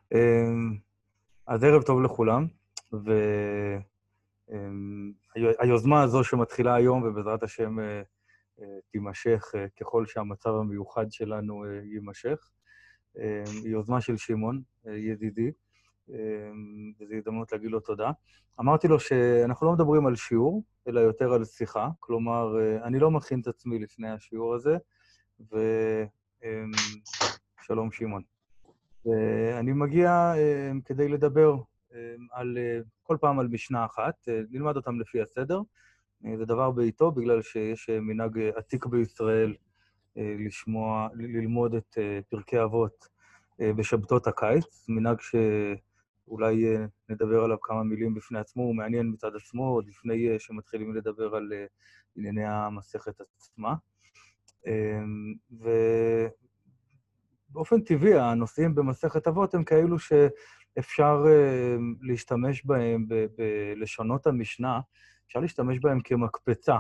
אז ערב טוב לכולם, והיוזמה הזו שמתחילה היום, ובעזרת השם תימשך ככל שהמצב המיוחד שלנו יימשך, היא יוזמה של שמעון, ידידי, וזו הזדמנות להגיד לו תודה. אמרתי לו שאנחנו לא מדברים על שיעור, אלא יותר על שיחה, כלומר, אני לא מכין את עצמי לפני השיעור הזה, ושלום שמעון. ואני מגיע כדי לדבר כל פעם על משנה אחת, נלמד אותם לפי הסדר. זה דבר בעיתו, בגלל שיש מנהג עתיק בישראל ללמוד את פרקי אבות בשבתות הקיץ, מנהג שאולי נדבר עליו כמה מילים בפני עצמו, הוא מעניין מצד עצמו, עוד לפני שמתחילים לדבר על ענייני המסכת עצמה. באופן טבעי, הנושאים במסכת אבות הם כאלו שאפשר להשתמש בהם בלשונות המשנה, אפשר להשתמש בהם כמקפצה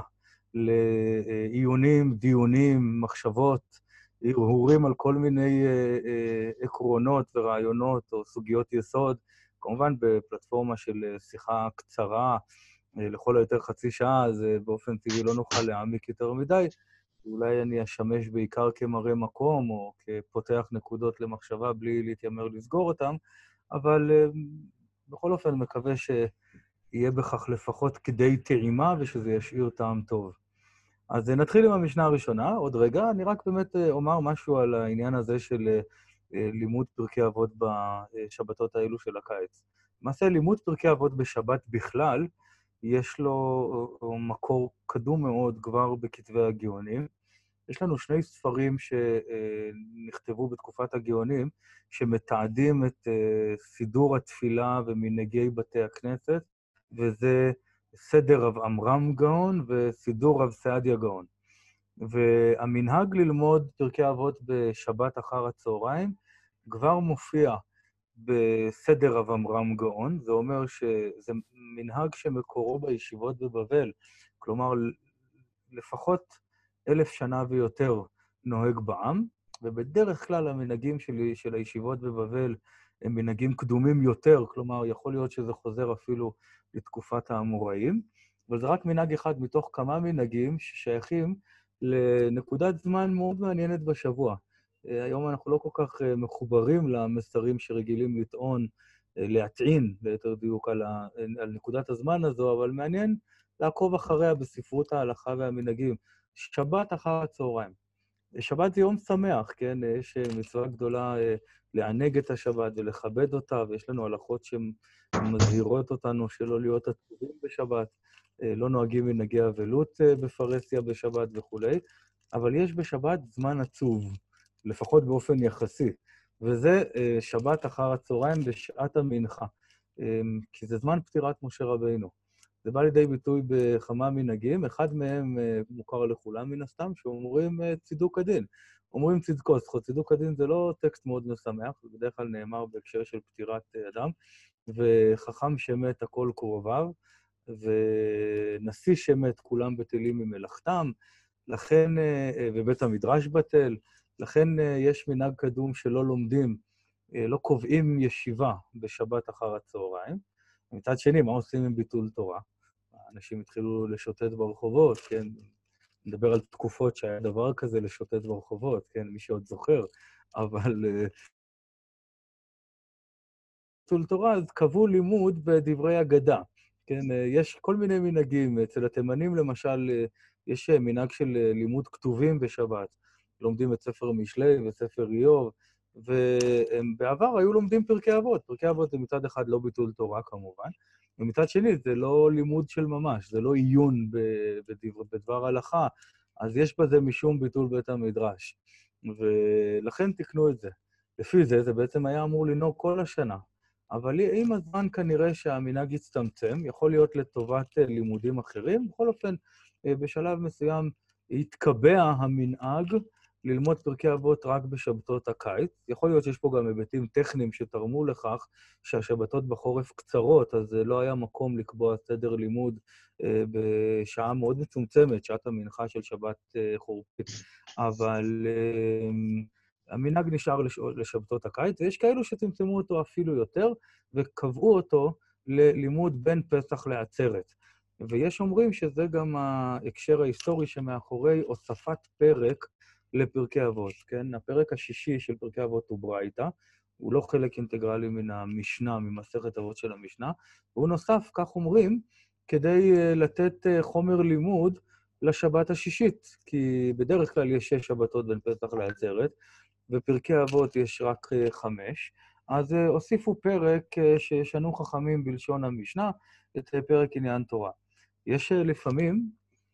לעיונים, דיונים, מחשבות, הרהורים על כל מיני עקרונות ורעיונות או סוגיות יסוד, כמובן בפלטפורמה של שיחה קצרה, לכל היותר חצי שעה, אז באופן טבעי לא נוכל להעמיק יותר מדי, אולי אני אשמש בעיקר כמראה מקום, או כפותח נקודות למחשבה בלי להתיימר לסגור אותם, אבל בכל אופן מקווה שיהיה בכך לפחות כדי טעימה, ושזה ישאיר טעם טוב. אז נתחיל עם המשנה הראשונה, עוד רגע, אני רק באמת אומר משהו על העניין הזה של לימוד פרקי אבות בשבתות האלו של הקיץ. למעשה, לימוד פרקי אבות בשבת בכלל, יש לו מקור קדום מאוד כבר בכתבי הגאונים. יש לנו שני ספרים שנכתבו בתקופת הגאונים, שמתעדים את סידור התפילה ומנהגי בתי הכנסת, וזה סדר רב עמרם גאון וסידור רב סעדיה גאון. והמנהג ללמוד פרקי אבות בשבת אחר הצהריים כבר מופיע בסדר רב עמרם גאון, זה אומר שזה מנהג שמקורו בישיבות בבבל, כלומר לפחות 1000 שנה ויותר נוהג בעם, ובדרך כלל המנהגים של הישיבות בבבל הם מנהגים קדומים יותר, כלומר יכול להיות שזה חוזר אפילו לתקופת האמוראים, אבל זה רק מנהג אחד מתוך כמה מנהגים ששייכים לנקודת זמן מאוד מעניינת בשבוע. היום אנחנו לא כל כך מחוברים למסרים שרגילים לטעון, להטעין, ליתר דיוק, על נקודת הזמן הזו, אבל מעניין לעקוב אחריה בספרות ההלכה והמנהגים. שבת אחר הצהריים. שבת זה יום שמח, כן? יש מצווה גדולה לענג את השבת ולכבד אותה, ויש לנו הלכות שמזהירות אותנו שלא להיות עצובים בשבת, לא נוהגים מנהגי אבלות בפרהסיה בשבת וכו', אבל יש בשבת זמן עצוב, לפחות באופן יחסי, וזה שבת אחר הצהריים בשעת המנחה, כי זה זמן פטירת משה רבינו. זה בא לידי ביטוי בכמה מנהגים, אחד מהם מוכר לכולם מן הסתם, שאומרים צידוק הדין. אומרים צדקו, צידוק הדין זה לא טקסט מאוד משמח, זה בדרך כלל נאמר בהקשר של פטירת אדם, וחכם שמת הכל קרוביו, ונשיא שמת כולם בטלים ממלאכתם, לכן, ובית המדרש בטל, לכן יש מנהג קדום שלא לומדים, לא קובעים ישיבה בשבת אחר הצהריים. מצד שני, מה עושים עם ביטול תורה? אנשים התחילו לשוטט ברחובות, כן? נדבר על תקופות שהיה דבר כזה לשוטט ברחובות, כן? מי שעוד זוכר, אבל ביטול תורה, אז קבעו לימוד בדברי אגדה, כן? יש כל מיני מנהגים, אצל התימנים למשל, יש מנהג של לימוד כתובים בשבת, לומדים את ספר משלי וספר איוב, ובעבר היו לומדים פרקי אבות. פרקי אבות זה מצד אחד לא ביטול תורה כמובן, ומצד שני זה לא לימוד של ממש, זה לא עיון בדבר הלכה, אז יש בזה משום ביטול בית המדרש, ולכן תקנו את זה. לפי זה, זה בעצם היה אמור לנהוג כל השנה, אבל עם הזמן כנראה שהמנהג יצטמצם, יכול להיות לטובת לימודים אחרים, בכל אופן, בשלב מסוים התקבע המנהג ללמוד פרקי אבות רק בשבתות הקיץ. יכול להיות שיש פה גם היבטים טכניים שתרמו לכך שהשבתות בחורף קצרות, אז לא היה מקום לקבוע סדר לימוד בשעה מאוד מצומצמת, שעת המנחה של שבת חורפית. אבל המנהג נשאר לשבתות הקיץ, ויש כאלו שצמצמו אותו אפילו יותר, וקבעו אותו ללימוד בין פסח לעצרת. ויש אומרים שזה גם ההקשר ההיסטורי שמאחורי הוספת פרק לפרקי אבות, כן? הפרק השישי של פרקי אבות הוא ברייתא, הוא לא חלק אינטגרלי מן המשנה, ממסכת אבות של המשנה, והוא נוסף, כך אומרים, כדי לתת חומר לימוד לשבת השישית, כי בדרך כלל יש 6 שבתות בין פסח לעצרת, בפרקי אבות יש רק 5, אז הוסיפו פרק ששנו חכמים בלשון המשנה, את פרק עניין תורה. יש לפעמים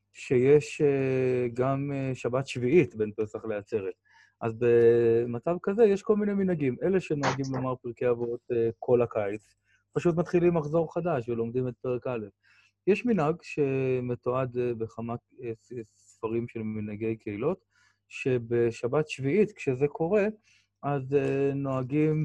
שיש גם שבת שביעית בין פסח לעצרת. אז במצב כזה יש כל מיני מנהגים. אלה שנוהגים לומר פרקי אבות כל הקיץ, פשוט מתחילים מחזור חדש ולומדים את פרק א'. יש מנהג שמתועד בכמה ספרים של מנהגי קהילות, שבשבת שביעית, כשזה קורה, אז נוהגים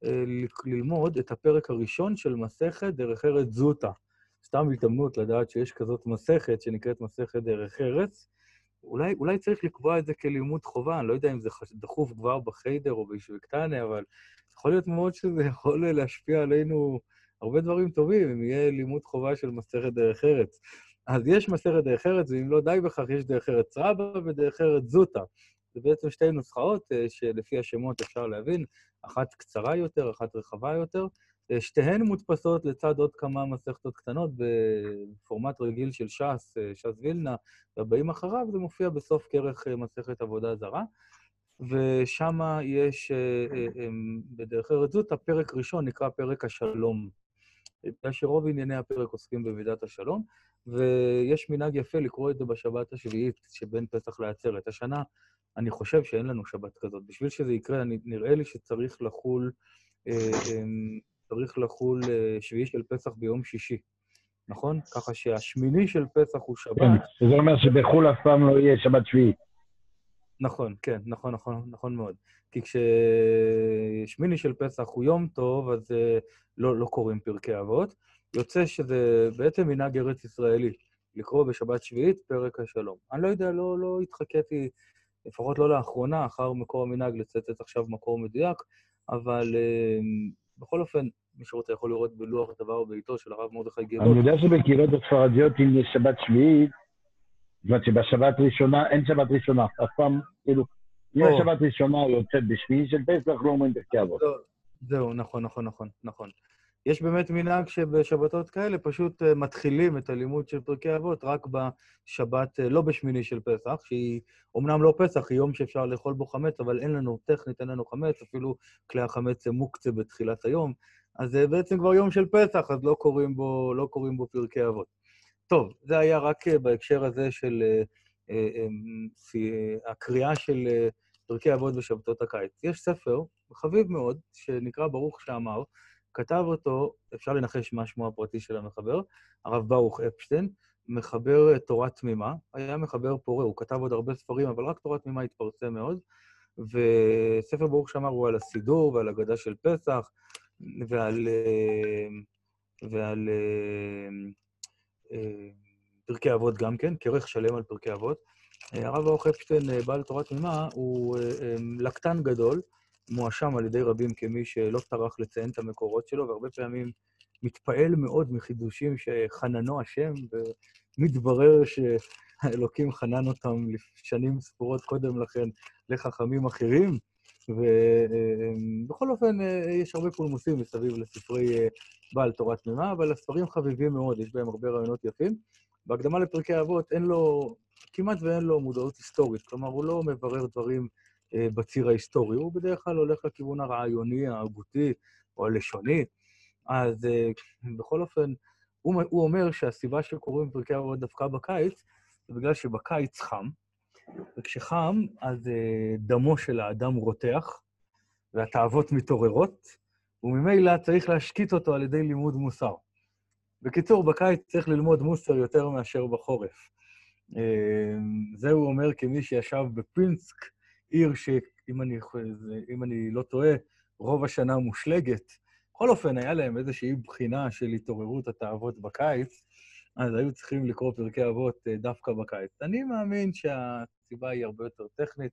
ללמוד את הפרק הראשון של מסכת דרך ארץ זוטא. סתם הזדמנות לדעת שיש כזאת מסכת שנקראת מסכת דרך ארץ. אולי צריך לקבוע את זה כלימוד חובה, אני לא יודע אם זה דחוף כבר בחיידר או בישיבה קטנה, אבל יכול להיות מאוד שזה יכול להשפיע עלינו הרבה דברים טובים, אם יהיה לימוד חובה של מסכת דרך ארץ. אז יש מסכת דרך ארץ, ואם לא די בכך, יש דרך ארץ רבה ודרך ארץ זוטא. זה בעצם שתי נוסחאות שלפי השמות אפשר להבין, אחת קצרה יותר, אחת רחבה יותר. שתיהן מודפסות לצד עוד כמה מסכתות קטנות בפורמט רגיל של ש"ס, ש"ס וילנה, והבאים אחריו זה מופיע בסוף כרך מסכת עבודה זרה. ושם יש בדרך ארץ זוטא, הפרק ראשון נקרא פרק השלום. בגלל שרוב ענייני הפרק עוסקים במידת השלום, ויש מנהג יפה לקרוא את זה בשבת השביעית, שבין פסח לעצרת. השנה, אני חושב שאין לנו שבת כזאת. בשביל שזה יקרה, נראה לי שצריך לחול שביעי של פסח ביום שישי, נכון? ככה שהשמיני של פסח הוא שבת. כן, זה אומר שבחול אף פעם לא יהיה שבת שביעית. נכון, כן, נכון מאוד. כי כששמיני של פסח הוא יום טוב, אז לא קוראים פרקי אבות. יוצא שזה בעצם מנהג ארץ ישראלי, לקרוא בשבת שביעית פרק השלום. אני לא יודע, לא התחכיתי, לפחות לא לאחרונה, אחר מקור המנהג לצטט עכשיו מקור מדויק, אבל בכל אופן, מי שרוצה יכול לראות בלוח דבר ביתו של הרב מרדכי גילות. אני יודע שבקהילות הספרדיות, אם יש שבת שביעית, זאת אומרת שבשבת ראשונה, אין שבת ראשונה, אף פעם, כאילו, אם השבת ראשונה יוצאת בשביעי של פסח, לא אומרים פרקי אבות. זהו, נכון. יש באמת מנהג שבשבתות כאלה פשוט מתחילים את הלימוד של פרקי אבות רק בשבת, לא בשמיני של פסח, שהיא אומנם לא פסח, היא יום שאפשר לאכול בו חמץ, אבל אין לנו טכנית, אין לנו חמץ, אפילו כלי החמץ מוקצה בתחילת היום, אז זה בעצם כבר יום של פסח, אז לא קוראים בו פרקי אבות. טוב, זה היה רק בהקשר הזה של הקריאה של פרקי אבות בשבתות הקיץ. יש ספר חביב מאוד, שנקרא ברוך שאמר, כתב אותו, אפשר לנחש מה שמו הפרטי של המחבר, הרב ברוך אפשטיין, מחבר תורה תמימה, היה מחבר פורה, הוא כתב עוד הרבה ספרים, אבל רק תורה תמימה התפרסם מאוד, וספר ברוך שאמר הוא על הסידור ועל הגדה של פסח, ועל פרקי אבות גם כן, כרך שלם על פרקי אבות. הרב ברוך אפשטיין, בעל תורה תמימה, הוא לקטן גדול, מואשם על ידי רבים כמי שלא טרח לציין את המקורות שלו, והרבה פעמים מתפעל מאוד מחידושים שחננו השם, ומתברר שהאלוקים חנן אותם שנים ספורות קודם לכן לחכמים אחרים, ובכל אופן יש הרבה פולמוסים מסביב לספרי בעל תורה תמימה, אבל הספרים חביבים מאוד, יש בהם הרבה רעיונות יפים. בהקדמה לפרקי אבות כמעט ואין לו מודעות היסטורית, כלומר הוא לא מברר דברים בציר ההיסטורי, הוא בדרך כלל הולך לכיוון הרעיוני, ההגותי או הלשוני. אז בכל אופן, הוא אומר שהסיבה שקוראים פרקי אבות דווקא בקיץ, זה בגלל שבקיץ חם, וכשחם, אז דמו של האדם רותח, והתאוות מתעוררות, וממילא צריך להשקיט אותו על ידי לימוד מוסר. בקיצור, בקיץ צריך ללמוד מוסר יותר מאשר בחורף. זה הוא אומר כמי שישב בפינסק, עיר שאם אני לא טועה, רוב השנה מושלגת. בכל אופן, היה להם איזושהי בחינה של התעוררות התאוות בקיץ, אז היו צריכים לקרוא פרקי אבות דווקא בקיץ. אני מאמין שהסיבה היא הרבה יותר טכנית,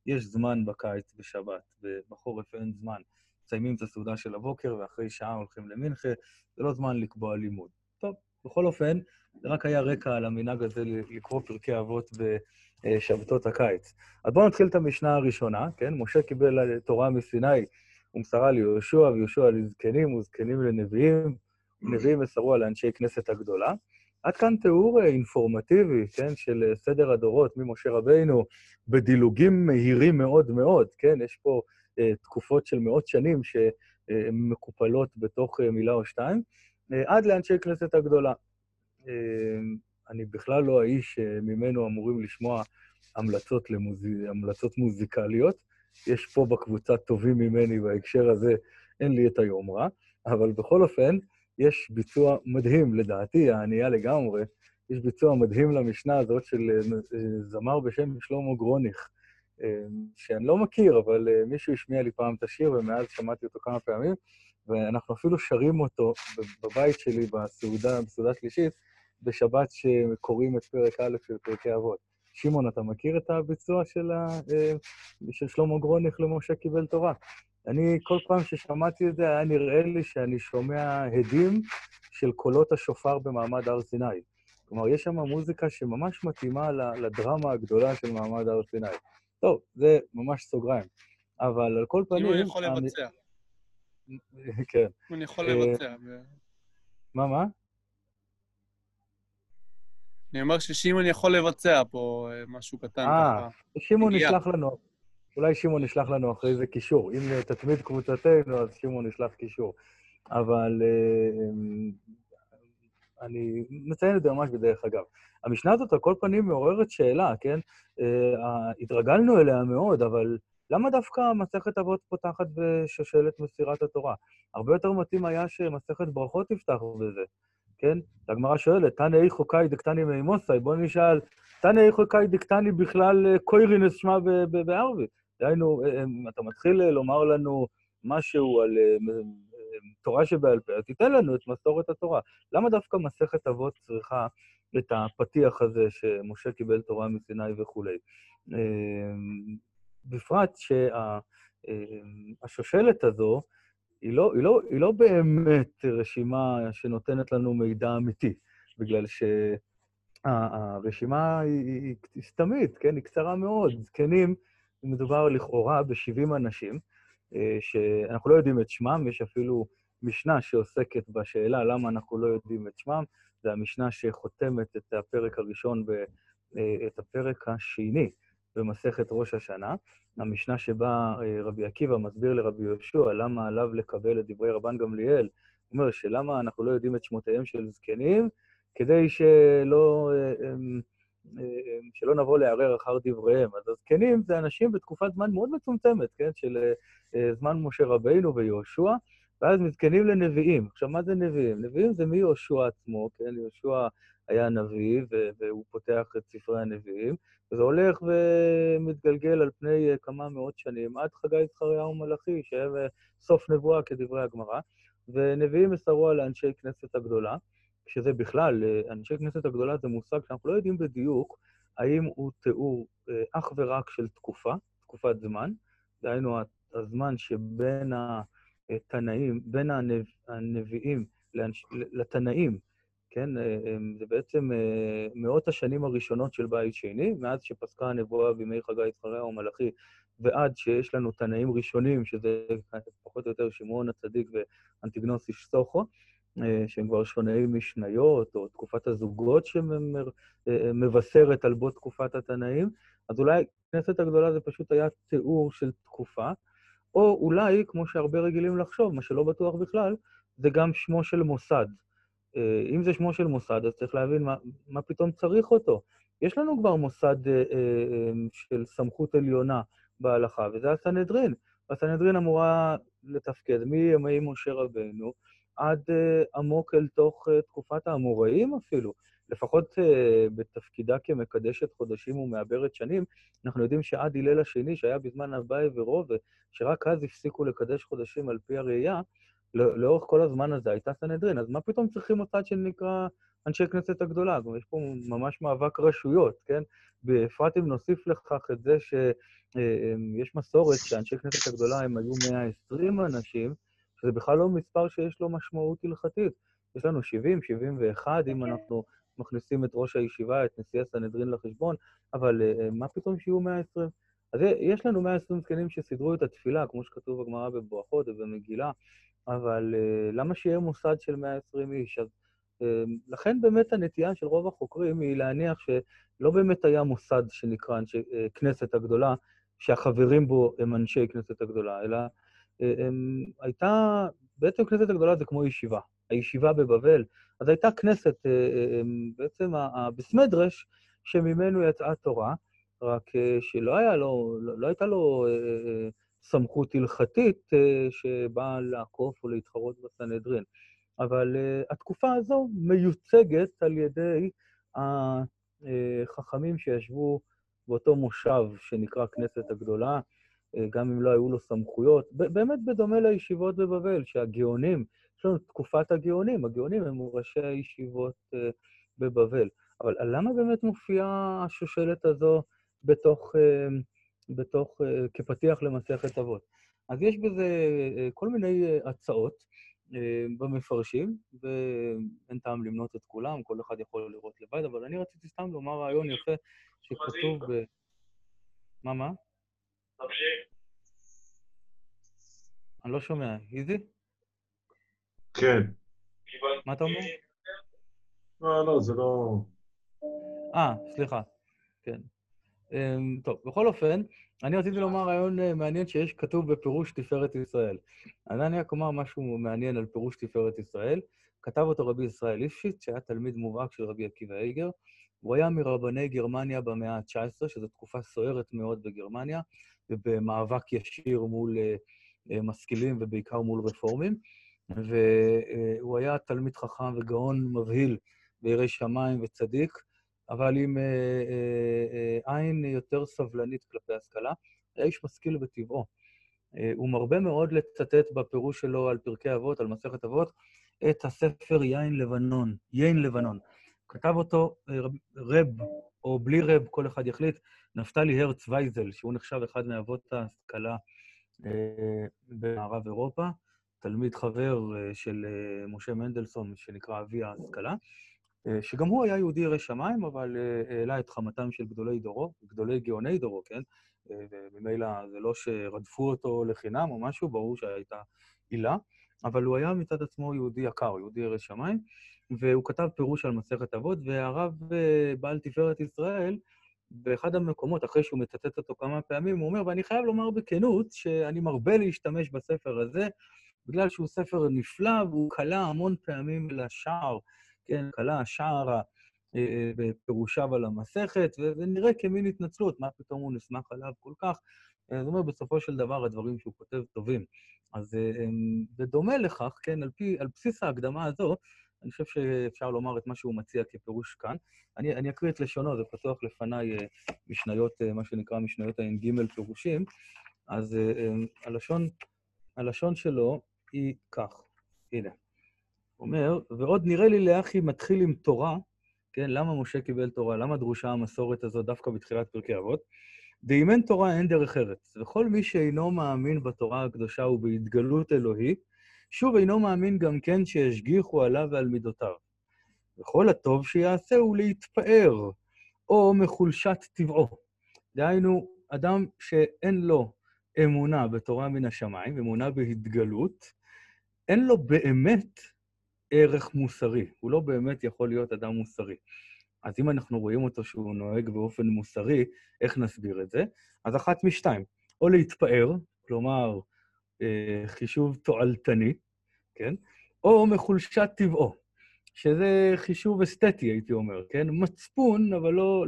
יש זמן בקיץ בשבת, בחורף אין זמן. מסיימים את הסעודה של הבוקר, ואחרי שעה הולכים למנחה, זה לא זמן לקבוע לימוד. טוב, בכל אופן, זה רק היה רקע על המנהג הזה לקרוא פרקי אבות בשבתות הקיץ. אז בואו נתחיל את המשנה הראשונה, כן? משה קיבל תורה מסיני, ומסרה ליהושע, ויהושע לזקנים, וזקנים לנביאים, ונביאים מסרו על אנשי כנסת הגדולה. עד כאן תיאור אינפורמטיבי, כן, של סדר הדורות ממשה רבינו, בדילוגים מהירים מאוד מאוד, כן? יש פה תקופות של מאות שנים שמקופלות בתוך מילה או שתיים, עד לאנשי כנסת הגדולה. אני בכלל לא האיש ממנו אמורים לשמוע המלצות מוזיקליות. יש פה בקבוצה טובים ממני בהקשר הזה, אין לי את היומרה, אבל בכל אופן, יש ביצוע מדהים, לדעתי, הענייה לגמרי, יש ביצוע מדהים למשנה הזאת של זמר בשם שלמה גרוניך, שאני לא מכיר, אבל מישהו השמיע לי פעם את השיר, ומאז שמעתי אותו כמה פעמים, ואנחנו אפילו שרים אותו בבית שלי בסעודה שלישית, בשבת שקוראים את פרק א' של פרקי אבות. שמעון, אתה מכיר את הביצוע של שלמה גרוניך למשה קיבל תורה? אני, כל פעם ששמעתי את זה, היה נראה לי שאני שומע הדים של קולות השופר במעמד הר סיני. כלומר, יש שם מוזיקה שממש מתאימה לדרמה הגדולה של מעמד הר סיני. טוב, זה ממש סוגריים. אבל על כל פנים... אם אני יכול לבצע. כן. אם אני יכול לבצע. מה? אני אומר ששימון יכול לבצע פה משהו קטן ככה. שימון נשלח לנו, אולי שימון נשלח לנו אחרי זה קישור. אם תתמיד קבוצתנו, אז שימון נשלח קישור. אבל אני מציין את זה ממש בדרך אגב. המשנה הזאת על כל פנים מעוררת שאלה, כן? התרגלנו אליה מאוד, אבל למה דווקא מסכת אבות פותחת בשושלת מסירת התורה? הרבה יותר מתאים היה שמסכת ברכות תפתח בזה. כן? הגמרא שואלת, תנא איכו קאי דקטני מימוסאי, בוא נשאל, תנא איכו קאי דקטני בכלל קוירינס שמה בערבית. דהיינו, אתה מתחיל לומר לנו משהו על תורה שבעל פה, תיתן לנו את מסורת התורה. למה דווקא מסכת אבות צריכה את הפתיח הזה שמשה קיבל תורה מסיני וכו'? בפרט שהשושלת הזו, היא לא באמת רשימה שנותנת לנו מידע אמיתי, בגלל שהרשימה היא סתמית, כן? היא קצרה מאוד. זקנים, מדובר לכאורה ב-70 אנשים, שאנחנו לא יודעים את שמם, יש אפילו משנה שעוסקת בשאלה למה אנחנו לא יודעים את שמם, זה המשנה שחותמת את הפרק הראשון ואת הפרק השני במסכת ראש השנה, המשנה שבה רבי עקיבא מסביר לרבי יהושע למה עליו לקבל את דברי רבן גמליאל, הוא אומר שלמה אנחנו לא יודעים את שמותיהם של זקנים, כדי שלא נבוא לערער אחר דבריהם. אז הזקנים זה אנשים בתקופת זמן מאוד מצומצמת, כן? של זמן משה רבינו ויהושע, ואז מזקנים לנביאים. עכשיו, מה זה נביאים? נביאים זה מיהושע עצמו, כן? יהושע היה נביא, והוא פותח את ספרי הנביאים, וזה הולך ומתגלגל על פני כמה מאות שנים, עד חגי זכריה ומלאכי, שהם סוף נבואה כדברי הגמרא, ונביאים מסרו על אנשי כנסת הגדולה, שזה בכלל, אנשי כנסת הגדולה זה מושג שאנחנו לא יודעים בדיוק, האם הוא תיאור אך ורק של תקופת זמן, דהיינו הזמן שבין התנאים, בין הנביאים לתנאים, כן? זה בעצם מאות השנים הראשונות של בית שני, מאז שפסקה הנבואה בימי חגי זכריה ומלאכי, ועד שיש לנו תנאים ראשונים, שזה פחות או יותר שמעון הצדיק ואנטיגנוס איש סוכו, שהם כבר שונאי משניות, או תקופת הזוגות שמבשרת על בו תקופת התנאים, אז אולי כנסת הגדולה זה פשוט היה תיאור של תקופה, או אולי, כמו שהרבה רגילים לחשוב, מה שלא בטוח בכלל, זה גם שמו של מוסד. אם זה שמו של מוסד, אז צריך להבין מה פתאום צריך אותו. יש לנו כבר מוסד של סמכות עליונה בהלכה, וזה הסנהדרין. הסנהדרין אמורה לתפקד מימי משה רבינו, עד עמוק אל תוך תקופת האמוראים אפילו. לפחות בתפקידה כמקדשת חודשים ומעברת שנים, אנחנו יודעים שעד הלל השני, שהיה בזמן אביי ורוב, שרק אז הפסיקו לקדש חודשים על פי הראייה, לאורך כל הזמן הזה הייתה סנהדרין. אז מה פתאום צריכים מוסד שנקרא אנשי כנסת הגדולה. גם יש פה ממש מאבק רשויות, כן? בפרט אם נוסיף לכך את זה שיש מסורת שאנשי כנסת הגדולה הם היו 120 אנשים, שזה בכלל לא מספר שיש לו משמעות הלכתית. יש לנו 70, 71, אם אנחנו מכניסים את ראש הישיבה, את נשיא הסנהדרין לחשבון, אבל מה פתאום שיהיו 120? אז יש לנו 120 זקנים שסידרו את התפילה, כמו שכתוב בגמרא בברכות ובמגילה, אבל למה שיהיה מוסד של 120 איש? אז לכן באמת הנטייה של רוב החוקרים היא להניח שלא באמת היה מוסד שנקרא כנסת הגדולה, שהחברים בו הם אנשי כנסת הגדולה, אלא הייתה, בעצם כנסת הגדולה זה כמו ישיבה. הישיבה בבבל, אז הייתה כנסת, בעצם בסמדרש, שממנו יצאה תורה, רק שלא הייתה לו סמכות הלכתית שבאה לעקוף או להתחרות בסנהדרין. אבל התקופה הזו מיוצגת על ידי החכמים שישבו באותו מושב שנקרא כנסת הגדולה, גם אם לא היו לו סמכויות, באמת בדומה לישיבות בבבל, שהגאונים, יש לנו תקופת הגאונים, הגאונים הם ראשי הישיבות בבבל. אבל למה באמת מופיעה השושלת הזו כפתיח למסכת אבות? אז יש בזה כל מיני הצעות במפרשים, ואין טעם למנות את כולם, כל אחד יכול לראות לבד, אבל אני רציתי סתם לומר רעיון יפה שכתוב מה? תמשיך. אני לא שומע. איזי? כן. מה אתה אומר? לא, זה לא... סליחה. כן. טוב, בכל אופן, אני רציתי לומר רעיון מעניין שיש כתוב בפירוש תפארת ישראל. אז אני רק אומר משהו מעניין על פירוש תפארת ישראל. כתב אותו רבי ישראל ליפשיץ, שהיה תלמיד מובהק של רבי עקיבא איגר. הוא היה מרבני גרמניה במאה ה-19, שזו תקופה סוערת מאוד בגרמניה, ובמאבק ישיר מול משכילים ובעיקר מול רפורמים. והוא היה תלמיד חכם וגאון מבהיל בירא שמיים וצדיק, אבל עם עין יותר סבלנית כלפי השכלה. היה איש משכיל בטבעו. הוא מרבה מאוד לצטט בפירוש שלו על פרקי אבות, על מסכת אבות, את הספר יין לבנון, יין לבנון. כתב אותו רב, או בלי רב, כל אחד יחליט, נפתלי הרץ וייזל, שהוא נחשב אחד מאבות ההשכלה במערב אירופה, תלמיד חבר של משה מנדלסון, שנקרא אבי ההשכלה, שגם הוא היה יהודי ירא שמיים, אבל העלה את חמתם של גדולי דורו, גדולי גאוני דורו, כן? וממילא זה לא שרדפו אותו לחינם או משהו, ברור שהייתה עילה, אבל הוא היה מצד עצמו יהודי יקר, יהודי ירא שמיים, והוא כתב פירוש על מסכת אבות, והרב בעל תפארת ישראל, באחד המקומות, אחרי שהוא מצטט אותו כמה פעמים, הוא אומר, ואני חייב לומר בכנות, שאני מרבה להשתמש בספר הזה, בגלל שהוא ספר נפלא, והוא קלה המון פעמים לשער, כן, קלה השער בפירושיו על המסכת, וזה נראה כמין התנצלות, מה פתאום הוא נסמך עליו כל כך. זאת אומרת, בסופו של דבר, הדברים שהוא כותב טובים. אז בדומה לכך, כן, על בסיס ההקדמה הזו, אני חושב שאפשר לומר את מה שהוא מציע כפירוש כאן. אני אקריא את לשונו, זה פתוח לפניי משניות, מה שנקרא משניות ה-ג' פירושים. אז הלשון שלו היא כך, הנה. הוא אומר, ועוד נראה לי לאחי מתחיל עם תורה, כן, למה משה קיבל תורה? למה דרושה המסורת הזו דווקא בתחילת פרקי אבות? ואם אין תורה, אין דרך ארץ. וכל מי שאינו מאמין בתורה הקדושה ובהתגלות אלוהי, שוב אינו מאמין גם כן שישגיחו עליו ועל מידותיו. וכל הטוב שיעשה הוא להתפאר, או מחולשת טבעו. דהיינו, אדם שאין לו אמונה בתורה מן השמיים, אמונה בהתגלות, אין לו באמת ערך מוסרי. הוא לא באמת יכול להיות אדם מוסרי. אז אם אנחנו רואים אותו שהוא נוהג באופן מוסרי, איך נסביר את זה? אז אחת משתיים, או להתפאר, כלומר, חישוב תועלתני, כן? או מחולשת טבעו, שזה חישוב אסתטי, הייתי אומר, כן? מצפון, אבל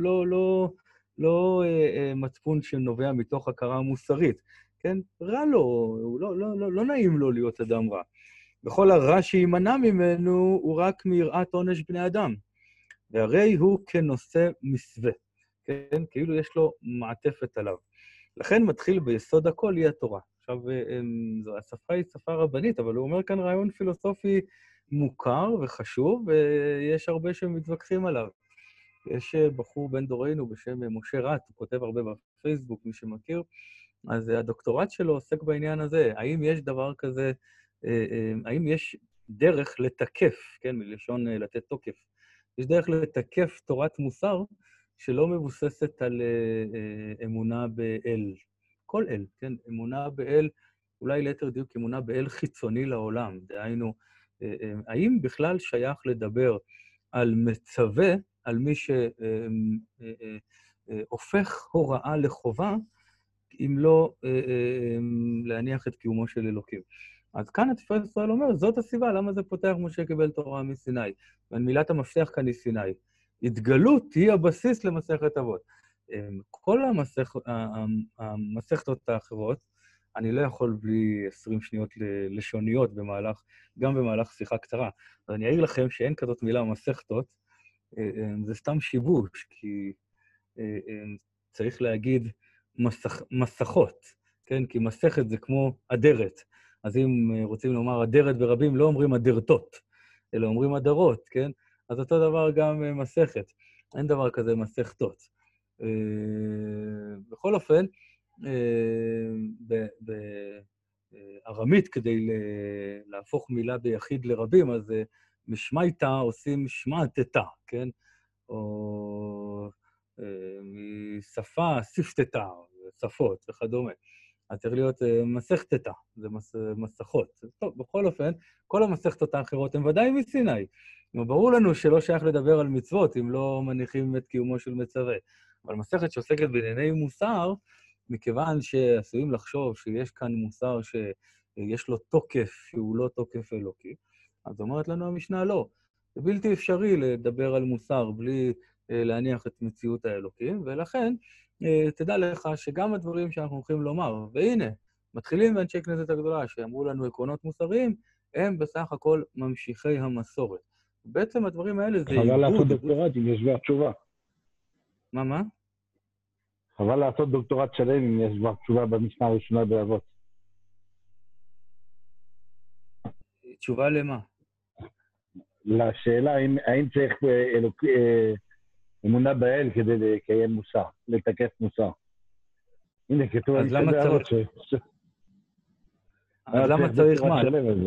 לא מצפון שנובע מתוך הכרה מוסרית, כן? רע לו, לא נעים לו להיות אדם רע. וכל הרע שימנע ממנו הוא רק מיראת עונש בני אדם. והרי הוא כנושא מסווה, כן? כאילו יש לו מעטפת עליו. לכן מתחיל ביסוד הכל היא התורה. עכשיו, השפה היא שפה רבנית, אבל הוא אומר כאן רעיון פילוסופי מוכר וחשוב, ויש הרבה שמתווכחים עליו. יש בחור בן דורנו בשם משה רט, הוא כותב הרבה בפייסבוק, מי שמכיר, אז הדוקטורט שלו עוסק בעניין הזה. האם יש דבר כזה, האם יש דרך לתקף, כן, מלשון לתת תוקף, יש דרך לתקף תורת מוסר שלא מבוססת על אמונה באל. כל אל, כן, אמונה באל, אולי ליתר דיוק אמונה באל חיצוני לעולם. דהיינו, האם בכלל שייך לדבר על מצווה, על מי שהופך הוראה לחובה, אם לא להניח את קיומו של אלוקים. אז כאן התפארת ישראל אומר, זאת הסיבה, למה זה פותח משה קיבל תורה מסיני. ומילת המפתח כאן היא סיני. התגלות היא הבסיס למסכת אבות. כל המסכתות האחרות, אני לא יכול בלי 20 שניות לשוניות גם במהלך שיחה קצרה. אז אני אעיר לכם שאין כזאת מילה מסכתות, זה סתם שיבוש, כי צריך להגיד מסכות, כן? כי מסכת זה כמו אדרת. אז אם רוצים לומר אדרת ברבים, לא אומרים אדרתות, אלא אומרים אדרות, כן? אז אותו דבר גם מסכת. אין דבר כזה מסכתות. בכל אופן, בארמית, כדי להפוך מילה ביחיד לרבים, אז משמייתא עושים שמעתתא, כן? או משפה ספתתא, שפות וכדומה. אז צריך להיות מסכתתא, זה מסכות. טוב, בכל אופן, כל המסכתות האחרות הן ודאי מסיני. ברור לנו שלא שייך לדבר על מצוות, אם לא מניחים את קיומו של מצווה. אבל מסכת שעוסקת בענייני מוסר, מכיוון שעשויים לחשוב שיש כאן מוסר שיש לו תוקף שהוא לא תוקף אלוקי, אז אומרת לנו המשנה לא. זה בלתי אפשרי לדבר על מוסר בלי להניח את מציאות האלוקים, ולכן תדע לך שגם הדברים שאנחנו הולכים לומר, והנה, מתחילים באנשי כנסת הגדולה שאמרו לנו עקרונות מוסריים, הם בסך הכל ממשיכי המסורת. בעצם הדברים האלה זה חבל לעשות דוקטורט אם יש כבר תשובה. מה? חבל לעשות דוקטורט שלם אם יש כבר תשובה במשנה הראשונה באבות. תשובה למה? לשאלה האם צריך אמונה באל כדי לקיים מוסר, לתקף מוסר. הנה, כתוב אז למה צריך? אז למה צריך מה?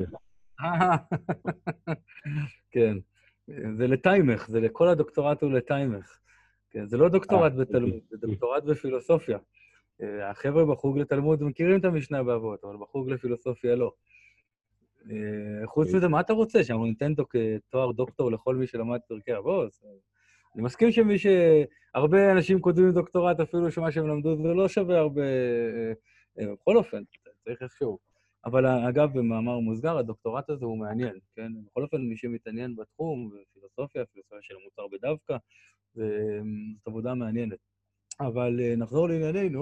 כן, זה לטיימך, זה לכל הדוקטורט הוא לטיימך. כן, זה לא דוקטורט בתלמוד, זה דוקטורט בפילוסופיה. החבר'ה בחוג לתלמוד מכירים את המשנה באבות, אבל בחוג לפילוסופיה לא. חוץ מזה, מה אתה רוצה? שאנחנו ניתן תואר דוקטור לכל מי שלמד פרקי אבות? אני מסכים הרבה אנשים כותבים דוקטורט, אפילו שמה שהם למדו, זה לא שווה הרבה... בכל אופן, צריך איכשהו. אבל אגב, במאמר מוסגר, הדוקטורט הזה הוא מעניין, כן? בכל אופן, מי שמתעניין בתחום, פילוסופיה של המוצר בדווקא, זאת עבודה מעניינת. אבל נחזור לענייננו,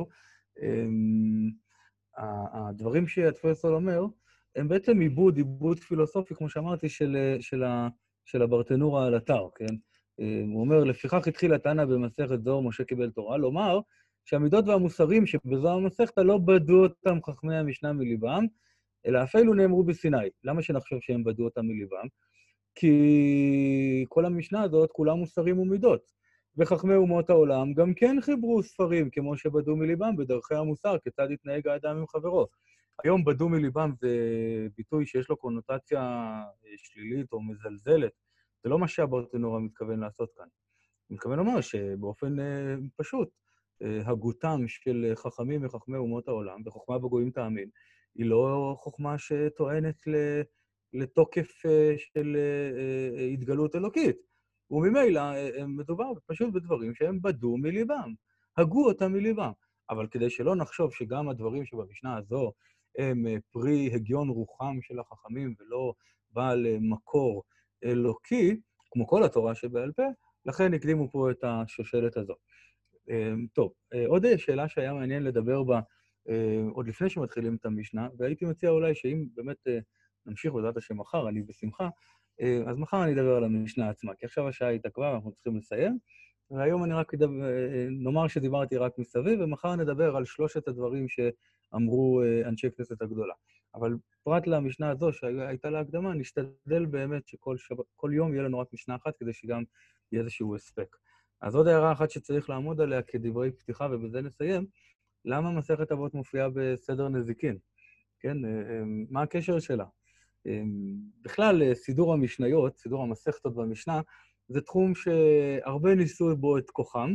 הדברים שהתפארת ישראל אומר, הם בעצם עיבוד פילוסופי, כמו שאמרתי, של הברטנורה על אתר, כן? הוא אומר, לפיכך התחיל התנא במסכת זוהר משה קיבל תורה, לומר שהמידות והמוסרים שבזוהר המסכתא לא בדו אותם חכמי המשנה מליבם, אלא אפילו נאמרו בסיני. למה שנחשוב שהם בדו אותם מליבם? כי כל המשנה הזאת כולם מוסרים ומידות. וחכמי אומות העולם גם כן חיברו ספרים, כמו שבדו מליבם בדרכי המוסר, כיצד יתנהג האדם עם חברו. היום בדו מליבם זה ביטוי שיש לו קונוטציה שלילית או מזלזלת. זה לא מה שהברטנורה מתכוון לעשות כאן. הוא מתכוון לומר שבאופן פשוט, הגותם של חכמים וחכמי אומות העולם, וחוכמה בגויים תאמין, היא לא חוכמה שטוענת לתוקף של התגלות אלוקית. וממילא מדובר פשוט בדברים שהם בדו מליבם, הגו אותם מליבם. אבל כדי שלא נחשוב שגם הדברים שבמשנה הזו הם פרי הגיון רוחם של החכמים ולא בעל מקור אלוקי, כמו כל התורה שבעל פה, לכן הקדימו פה את השושלת הזו. טוב, עוד שאלה שהיה מעניין לדבר בה, עוד לפני שמתחילים את המשנה, והייתי מציע אולי שאם באמת נמשיך בעזרת השם מחר, אני בשמחה, אז מחר אני אדבר על המשנה עצמה, כי עכשיו השעה התעכבה, אנחנו צריכים לסיים, והיום אני רק נאמר שדיברתי רק מסביב, ומחר נדבר על שלושת הדברים אמרו אנשי כנסת הגדולה. אבל פרט למשנה הזו שהייתה להקדמה, נשתדל באמת שכל יום יהיה לנו רק משנה אחת, כדי שגם יהיה איזשהו הספק. אז עוד הערה אחת שצריך לעמוד עליה כדברי פתיחה, ובזה נסיים, למה מסכת אבות מופיעה בסדר נזיקין? כן, מה הקשר שלה? בכלל, סידור המשניות, סידור המסכתות במשנה, זה תחום שהרבה ניסו בו את כוחם,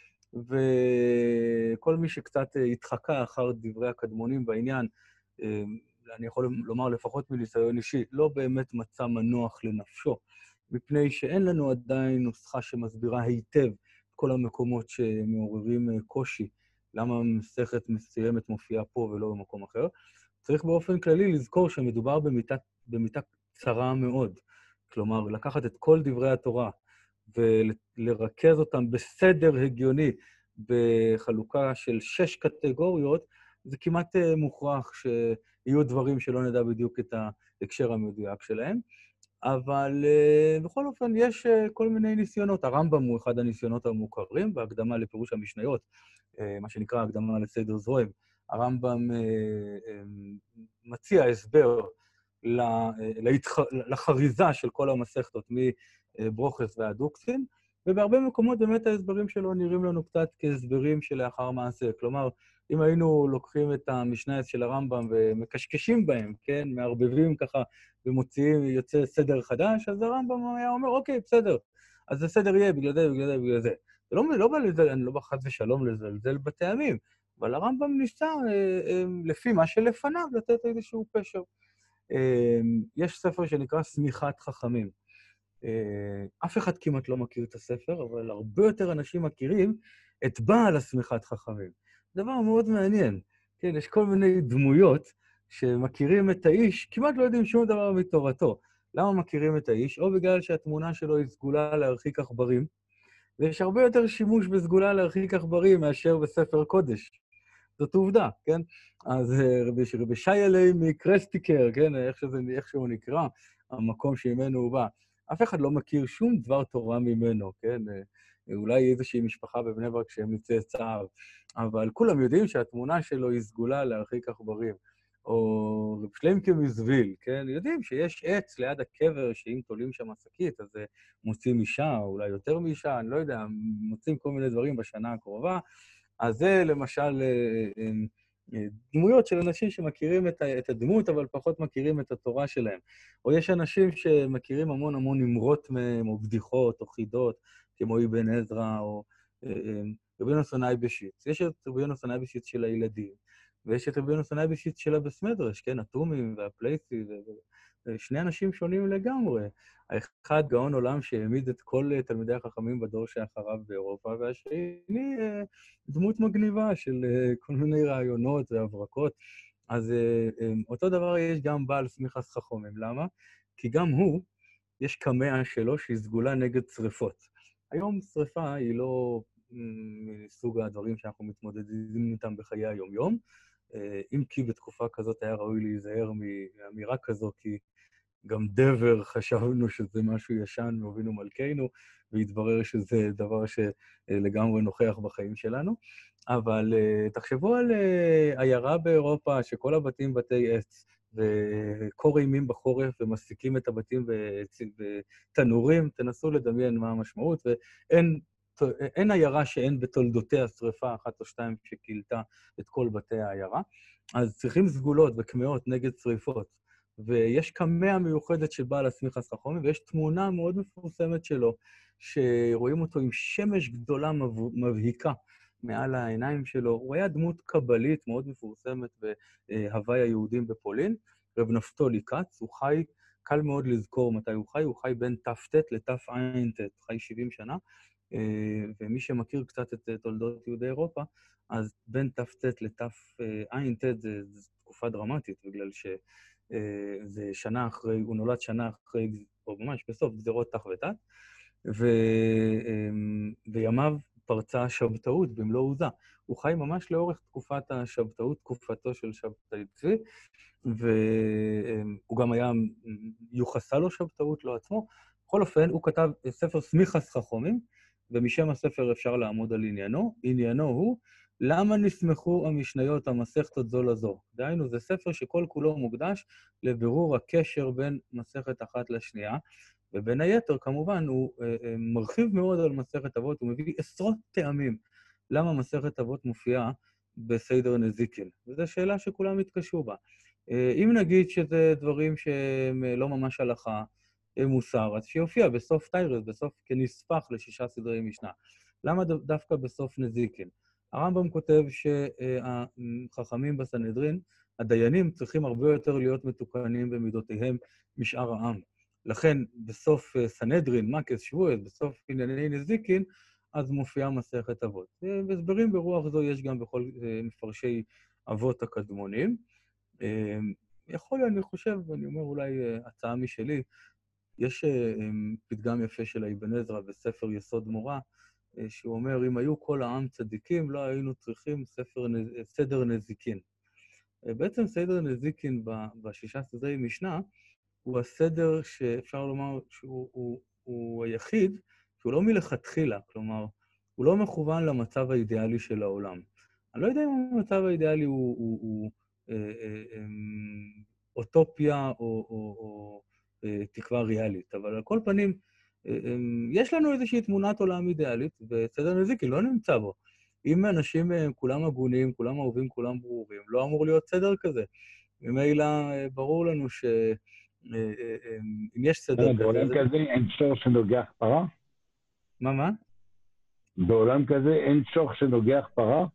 וכל מי שקצת התחקה אחר דברי הקדמונים בעניין, אני יכול לומר לפחות מניסיון אישי, לא באמת מצא מנוח לנפשו, מפני שאין לנו עדיין נוסחה שמסבירה היטב כל המקומות שמעוררים קושי, למה מסכת מסוימת מופיעה פה ולא במקום אחר. צריך באופן כללי לזכור שמדובר במיטה קצרה מאוד. כלומר, לקחת את כל דברי התורה ולרכז אותם בסדר הגיוני בחלוקה של 6 קטגוריות, זה כמעט מוכרח שיהיו דברים שלא נדע בדיוק את ההקשר המדויק שלהם. אבל בכל אופן, יש כל מיני ניסיונות. הרמב"ם הוא אחד הניסיונות המוכרים, בהקדמה לפירוש המשניות, מה שנקרא הקדמה לסדר זרועים. הרמב"ם מציע הסבר לחריזה של כל המסכתות מברוכס ועד אוקסין, ובהרבה מקומות באמת ההסברים שלו נראים לנו קצת כהסברים שלאחר מעשה. כלומר, אם היינו לוקחים את המשנה של הרמב"ם ומקשקשים בהם, כן, מערבבים ככה ומוציאים, יוצא סדר חדש, אז הרמב"ם היה אומר, אוקיי, בסדר, אז הסדר יהיה בגלל זה, בגלל זה, בגלל זה. לא בא לזה, אני לא בחד ושלום לזלזל בטעמים, אבל הרמב"ם ניסה, לפי מה שלפניו, לתת איזשהו פשר. יש ספר שנקרא סמיכת חכמים. אף אחד כמעט לא מכיר את הספר, אבל הרבה יותר אנשים מכירים את בעל הסמיכת חכמים. דבר מאוד מעניין. כן, יש כל מיני דמויות שמכירים את האיש, כמעט לא יודעים שום דבר מתורתו. למה מכירים את האיש? או בגלל שהתמונה שלו היא סגולה להרחיק עכברים, ויש הרבה יותר שימוש בסגולה להרחיק עכברים מאשר בספר קודש. זאת עובדה, כן? אז רבי שיילי מקרסטיקר, כן? איך שהוא נקרא, המקום שממנו הוא בא. אף אחד לא מכיר שום דבר תורה ממנו, כן? אולי איזושהי משפחה בבני ברק שהם מצאצאיו, אבל כולם יודעים שהתמונה שלו היא סגולה להרחיק עכברים. או רב שלמקה מזוויל, כן? יודעים שיש עץ ליד הקבר, שאם תולים שם שקית, אז מוצאים אישה, או אולי יותר מאישה, אני לא יודע, מוצאים כל מיני דברים בשנה הקרובה. אז זה למשל דמויות של אנשים שמכירים את הדמות, אבל פחות מכירים את התורה שלהם. או יש אנשים שמכירים המון המון אמרות מהם, או בדיחות, או חידות, כמו אבן עזרא, או רבי יונתן אייבשיץ. יש את רבי יונתן אייבשיץ של הילדים, ויש את רבי יונתן אייבשיץ של הבס מדרש, כן, התומים והפלייסי, שני אנשים שונים לגמרי. האחד גאון עולם שהעמיד את כל תלמידי החכמים בדור שאחריו באירופה, והשני דמות מגניבה של כל מיני רעיונות והברקות. אז אותו דבר יש גם בעל סמיכת חכמים. למה? כי גם הוא, יש קמע שלו שהיא סגולה נגד שריפות. היום שריפה היא לא מסוג הדברים שאנחנו מתמודדים איתם בחיי היום-יום, אם כי בתקופה כזאת היה ראוי להיזהר מאמירה כזו, כי גם דבר חשבנו שזה משהו ישן מאבינו מלכנו, והתברר שזה דבר שלגמרי נוכח בחיים שלנו. אבל תחשבו על עיירה באירופה, שכל הבתים בתי עץ, וקור אימים בחורף, ומסיקים את הבתים בתנורים, תנסו לדמיין מה המשמעות, ואין עיירה שאין בתולדותיה שריפה אחת או שתיים שכילתה את כל בתי העיירה. אז צריכים סגולות וקמעות נגד שריפות. ויש קמע מיוחדת של בעל הסמיכת חכמים, ויש תמונה מאוד מפורסמת שלו, שרואים אותו עם שמש גדולה מבהיקה מעל העיניים שלו. הוא היה דמות קבלית מאוד מפורסמת בהוואי היהודים בפולין, רב נפתולי כץ. הוא חי, קל מאוד לזכור מתי הוא חי בין ת"ט לתע"ט, חי 70 שנה, ומי שמכיר קצת את תולדות יהודי אירופה, אז בין ת"ט לתע"ט זה תקופה דרמטית, בגלל זה שנה אחרי, הוא נולד שנה אחרי, או ממש בסוף, גזירות ת"ח ות"ט, וימיו פרצה שבתאות במלוא עוזה. הוא חי ממש לאורך תקופת השבתאות, תקופתו של שבתאי צבי, והוא גם היה, יוחסה לו שבתאות, לא עצמו. בכל אופן, הוא כתב ספר סמיכת חכמים, ומשם הספר אפשר לעמוד על עניינו. עניינו הוא למה נסמכו המשניות המסכתות זו לזו? דהיינו, זה ספר שכל כולו מוקדש לבירור הקשר בין מסכת אחת לשנייה, ובין היתר, כמובן, הוא מרחיב מאוד על מסכת אבות, הוא מביא עשרות טעמים למה מסכת אבות מופיעה בסדר נזיקין. וזו שאלה שכולם התקשו בה. אם נגיד שזה דברים שהם לא ממש הלכה, מוסר, אז שיופיע בסוף טיירס, בסוף כנספח לשישה סדרי משנה. למה דווקא בסוף נזיקין? הרמב"ם כותב שהחכמים בסנהדרין, הדיינים צריכים הרבה יותר להיות מתוקנים במידותיהם משאר העם. לכן בסוף סנהדרין, מקס, שבועס, בסוף ענייני נזיקין, אז מופיעה מסכת אבות. והסברים ברוח זו יש גם בכל מפרשי אבות הקדמונים. יכול, אני חושב, ואני אומר אולי הצעה משלי, יש פתגם יפה של אבן עזרא בספר יסוד מורה, שהוא אומר, אם היו כל העם צדיקים, לא היינו צריכים סדר נזיקין. בעצם סדר נזיקין בשישה סדרי משנה, הוא הסדר שאפשר לומר שהוא היחיד, שהוא לא מלכתחילה, כלומר, הוא לא מכוון למצב האידיאלי של העולם. אני לא יודע אם המצב האידיאלי הוא אוטופיה או תקווה ריאלית, אבל על כל פנים, יש לנו איזושהי תמונת עולם אידיאלית, וסדר נזיקין לא נמצא בו. אם אנשים כולם הגונים, כולם אהובים, כולם ברורים, לא אמור להיות סדר כזה. ממילא ברור לנו אם יש סדר כזה... בעולם כזה אין שור שנוגח פרה? מה? בעולם כזה אין שור שנוגח פרה?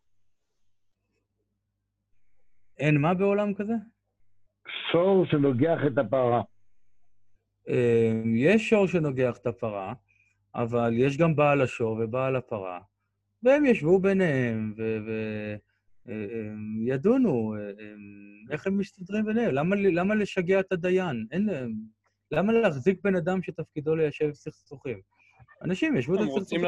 אין מה בעולם כזה? שור שנוגח את הפרה. יש שור שנוגח את הפרה, אבל יש גם בעל השור ובעל הפרה, והם ישבו ביניהם וידונו איך הם מסתדרים ביניהם. למה לשגע את הדיין? למה להחזיק בן אדם שתפקידו ליישב סכסוכים? אנשים ישבו את הסכסוכים.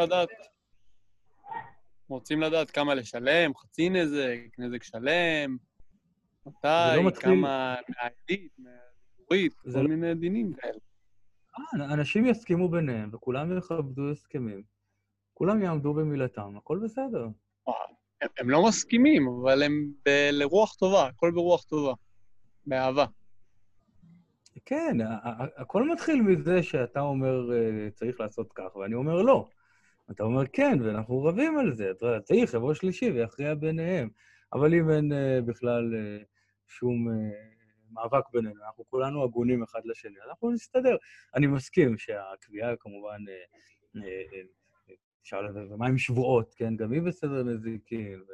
רוצים לדעת כמה לשלם, חצי נזק, נזק שלם, מתי, כמה מהעדית, מהזורית, כל מיני דינים כאלה. אנשים יסכימו ביניהם, וכולם יכבדו הסכמים. כולם יעמדו במילתם, הכל בסדר. הם לא מסכימים, אבל הם לרוח טובה, הכל ברוח טובה, באהבה. כן, הכל מתחיל מזה שאתה אומר, צריך לעשות כך, ואני אומר לא. אתה אומר כן, ואנחנו רבים על זה. צריך יבוא שלישי ויכריע ביניהם. אבל אם אין בכלל שום מאבק בינינו, אנחנו כולנו הגונים אחד לשני, אנחנו נסתדר. אני מסכים שהקביעה כמובן, ומה עם שבועות, כן? גם היא בסדר נזיקין,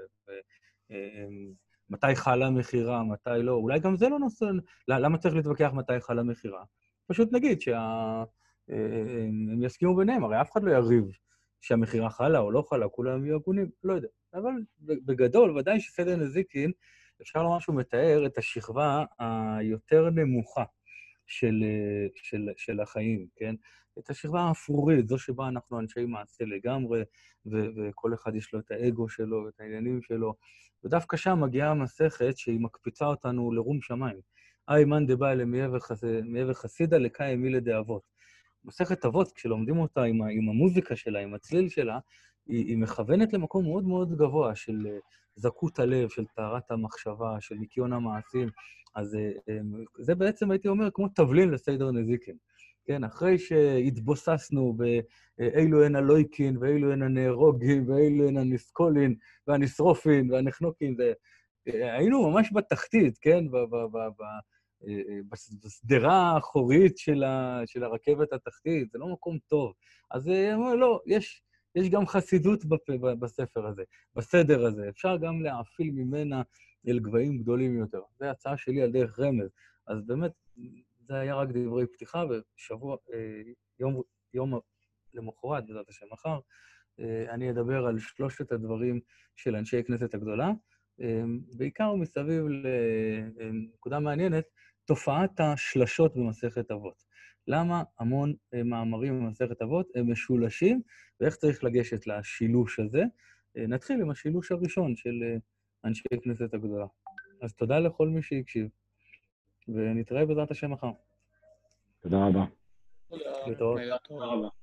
מתי חלה מחירה, מתי לא. אולי גם זה לא נושא, למה צריך להתווכח מתי חלה מחירה? פשוט נגיד שהם יסכימו ביניהם, הרי אף אחד לא יריב שהמחירה חלה או לא חלה, כולם יהיו הגונים, לא יודע. אבל בגדול, ודאי שסדר נזיקין, אפשר לומר שהוא מתאר את השכבה היותר נמוכה של החיים, כן? את השכבה האפרורית, זו שבה אנחנו אנשי מעשה לגמרי, וכל אחד יש לו את האגו שלו, ואת העניינים שלו, ודווקא שם מגיעה המסכת שהיא מקפיצה אותנו לרום שמיים. מאן דבעי למעבר חסידה לקאי מילי דאבות. מסכת אבות, כשלומדים אותה עם המוזיקה שלה, עם הצליל שלה, היא מכוונת למקום מאוד מאוד גבוה של זכות הלב, של טהרת המחשבה, של ניקיון המעשים. אז זה בעצם, הייתי אומר, כמו תבלין לסדר נזיקין. כן, אחרי שהתבוססנו באילו הן הלויקין, ואילו הן הנארוגין, ואילו הן הנסקולין, והנסרופין, והנחנוקין, היינו ממש בתחתית, כן, בסדרה האחורית של הרכבת התחתית, זה לא מקום טוב. אז לא, יש גם חסידות בספר הזה, בסדר הזה. אפשר גם להאפיל ממנה אל גבהים גדולים יותר. זו הצעה שלי על דרך רמז. אז באמת, זה היה רק דברי פתיחה, ושבוע, יום למחרת, בעזרת השם מחר, אני אדבר על שלושת הדברים של אנשי כנסת הגדולה, בעיקר מסביב לנקודה מעניינת, תופעת השלשות במסכת אבות. למה המון מאמרים במסכת אבות הם משולשים, ואיך צריך לגשת לשילוש הזה? נתחיל עם השילוש הראשון של אנשי כנסת הגדולה. אז תודה לכל מי שהקשיב, ונתראה בעזרת השם מחר. תודה רבה. תודה רבה.